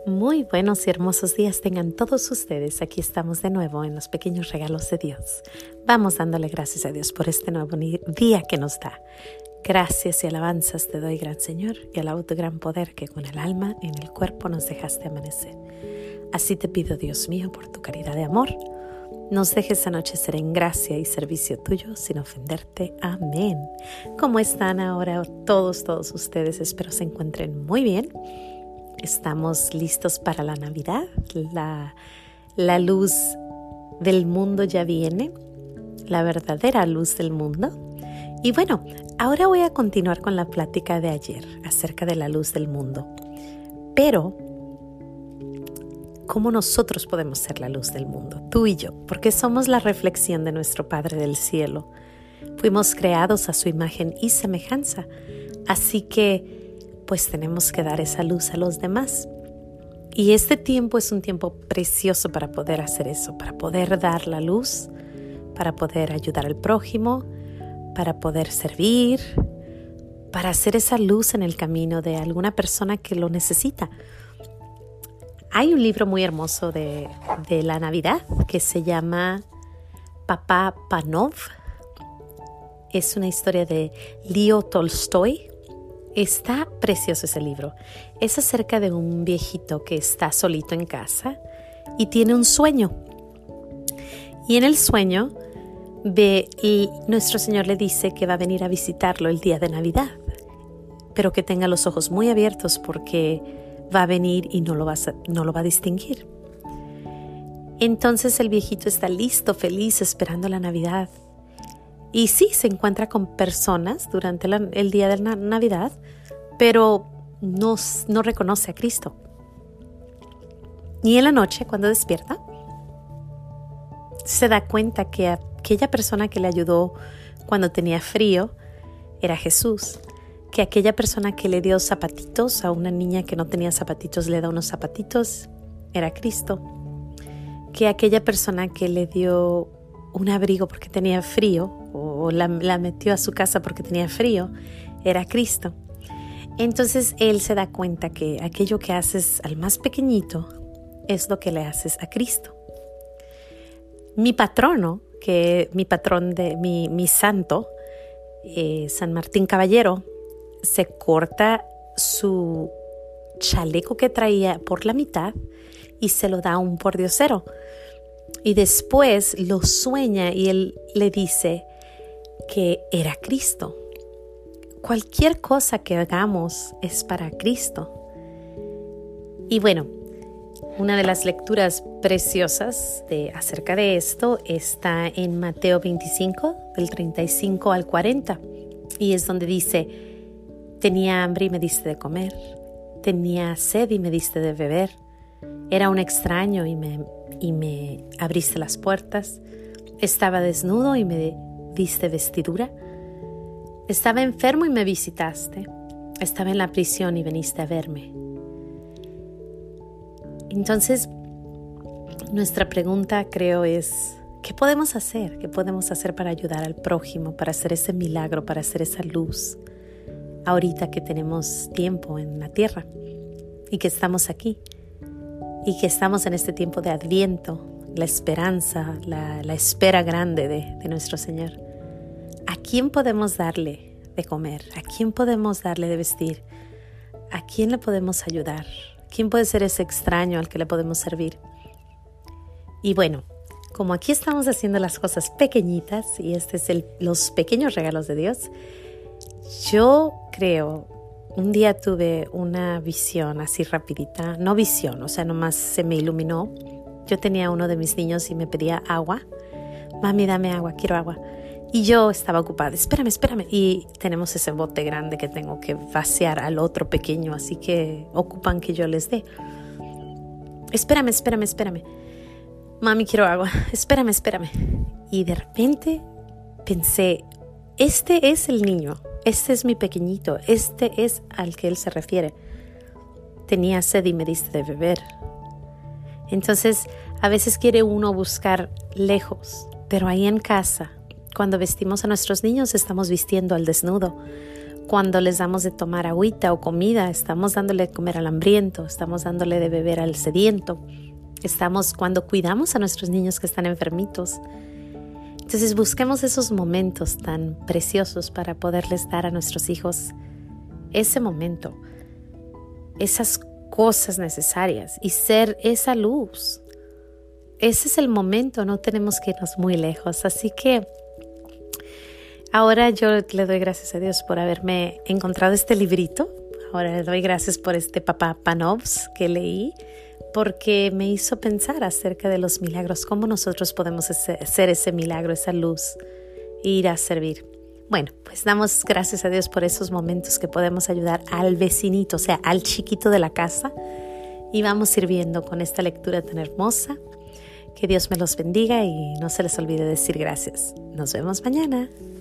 Muy buenos y hermosos días tengan todos ustedes. Aquí estamos de nuevo en los pequeños regalos de Dios. Vamos dándole gracias a Dios por este nuevo día que nos da. Gracias y alabanzas te doy, gran Señor, y alabo tu gran poder que con el alma en el cuerpo nos dejaste amanecer. Así te pido, Dios mío, por tu caridad de amor, nos dejes anochecer en gracia y servicio tuyo sin ofenderte. Amén. ¿Cómo están ahora todos ustedes? Espero se encuentren muy bien. Estamos listos para la Navidad. La luz del mundo ya viene, la verdadera luz del mundo. Y bueno, ahora voy a continuar con la plática de ayer acerca de la luz del mundo. Pero, ¿cómo nosotros podemos ser la luz del mundo? Tú y yo, porque somos la reflexión de nuestro Padre del Cielo. Fuimos creados a su imagen y semejanza, así que pues tenemos que dar esa luz a los demás. Y este tiempo es un tiempo precioso para poder hacer eso, para poder dar la luz, para poder ayudar al prójimo, para poder servir, para hacer esa luz en el camino de alguna persona que lo necesita. Hay un libro muy hermoso de la Navidad que se llama Papá Panov. Es una historia de Leo Tolstoy. Está precioso ese libro. Es acerca de un viejito que está solito en casa y tiene un sueño. Y en el sueño nuestro Señor le dice que va a venir a visitarlo el día de Navidad, pero que tenga los ojos muy abiertos porque va a venir y no lo va a distinguir. Entonces el viejito está listo, feliz, esperando la Navidad. Y sí, se encuentra con personas durante el día de la Navidad, pero no reconoce a Cristo. Y en la noche, cuando despierta, se da cuenta que aquella persona que le ayudó cuando tenía frío era Jesús, que aquella persona que le dio zapatitos a una niña que no tenía zapatitos, le da unos zapatitos, era Cristo, que aquella persona que le dio un abrigo porque tenía frío o la metió a su casa porque tenía frío, era Cristo. Entonces él se da cuenta que aquello que haces al más pequeñito es lo que le haces a Cristo. Mi patrón, mi santo, San Martín Caballero, se corta su chaleco que traía por la mitad y se lo da a un pordiosero. Y después lo sueña y él le dice que era Cristo. Cualquier cosa que hagamos es para Cristo. Y bueno, una de las lecturas preciosas acerca de esto está en Mateo 25, del 35 al 40. Y es donde dice: tenía hambre y me diste de comer, tenía sed y me diste de beber, era un extraño y me abriste las puertas, estaba desnudo y me diste vestidura, estaba enfermo y me visitaste, estaba en la prisión y viniste a verme. Entonces, nuestra pregunta, creo, es: ¿qué podemos hacer? ¿Qué podemos hacer para ayudar al prójimo, para hacer ese milagro, para hacer esa luz? Ahorita que tenemos tiempo en la tierra y que estamos aquí y que estamos en este tiempo de Adviento, la esperanza, la espera grande de nuestro Señor. ¿A quién podemos darle de comer? ¿A quién podemos darle de vestir? ¿A quién le podemos ayudar? ¿Quién puede ser ese extraño al que le podemos servir? Y bueno, como aquí estamos haciendo las cosas pequeñitas y este es los pequeños regalos de Dios, yo creo, un día tuve una visión así rapidita, no visión, o sea, nomás se me iluminó. Yo tenía uno de mis niños y me pedía agua. Mami, dame agua, quiero agua. Y yo estaba ocupada, espérame. Y tenemos ese bote grande que tengo que vaciar al otro pequeño, así que ocupan que yo les dé. Espérame. Mami, quiero agua, espérame. Y de repente pensé, este es el niño, este es mi pequeñito, este es al que él se refiere. Tenía sed y me diste de beber. Entonces, a veces quiere uno buscar lejos, pero ahí en casa, cuando vestimos a nuestros niños, estamos vistiendo al desnudo. Cuando les damos de tomar agüita o comida, estamos dándole de comer al hambriento, estamos dándole de beber al sediento, cuando cuidamos a nuestros niños que están enfermitos. Entonces busquemos esos momentos tan preciosos para poderles dar a nuestros hijos ese momento, esas cosas necesarias y ser esa luz. Ese es el momento, no tenemos que irnos muy lejos. Así que ahora yo le doy gracias a Dios por haberme encontrado este librito. Ahora le doy gracias por este Papá Panovs que leí, porque me hizo pensar acerca de los milagros, cómo nosotros podemos hacer ese milagro, esa luz, e ir a servir. Bueno, pues damos gracias a Dios por esos momentos que podemos ayudar al vecinito, o sea, al chiquito de la casa, y vamos sirviendo con esta lectura tan hermosa. Que Dios me los bendiga y no se les olvide decir gracias. Nos vemos mañana.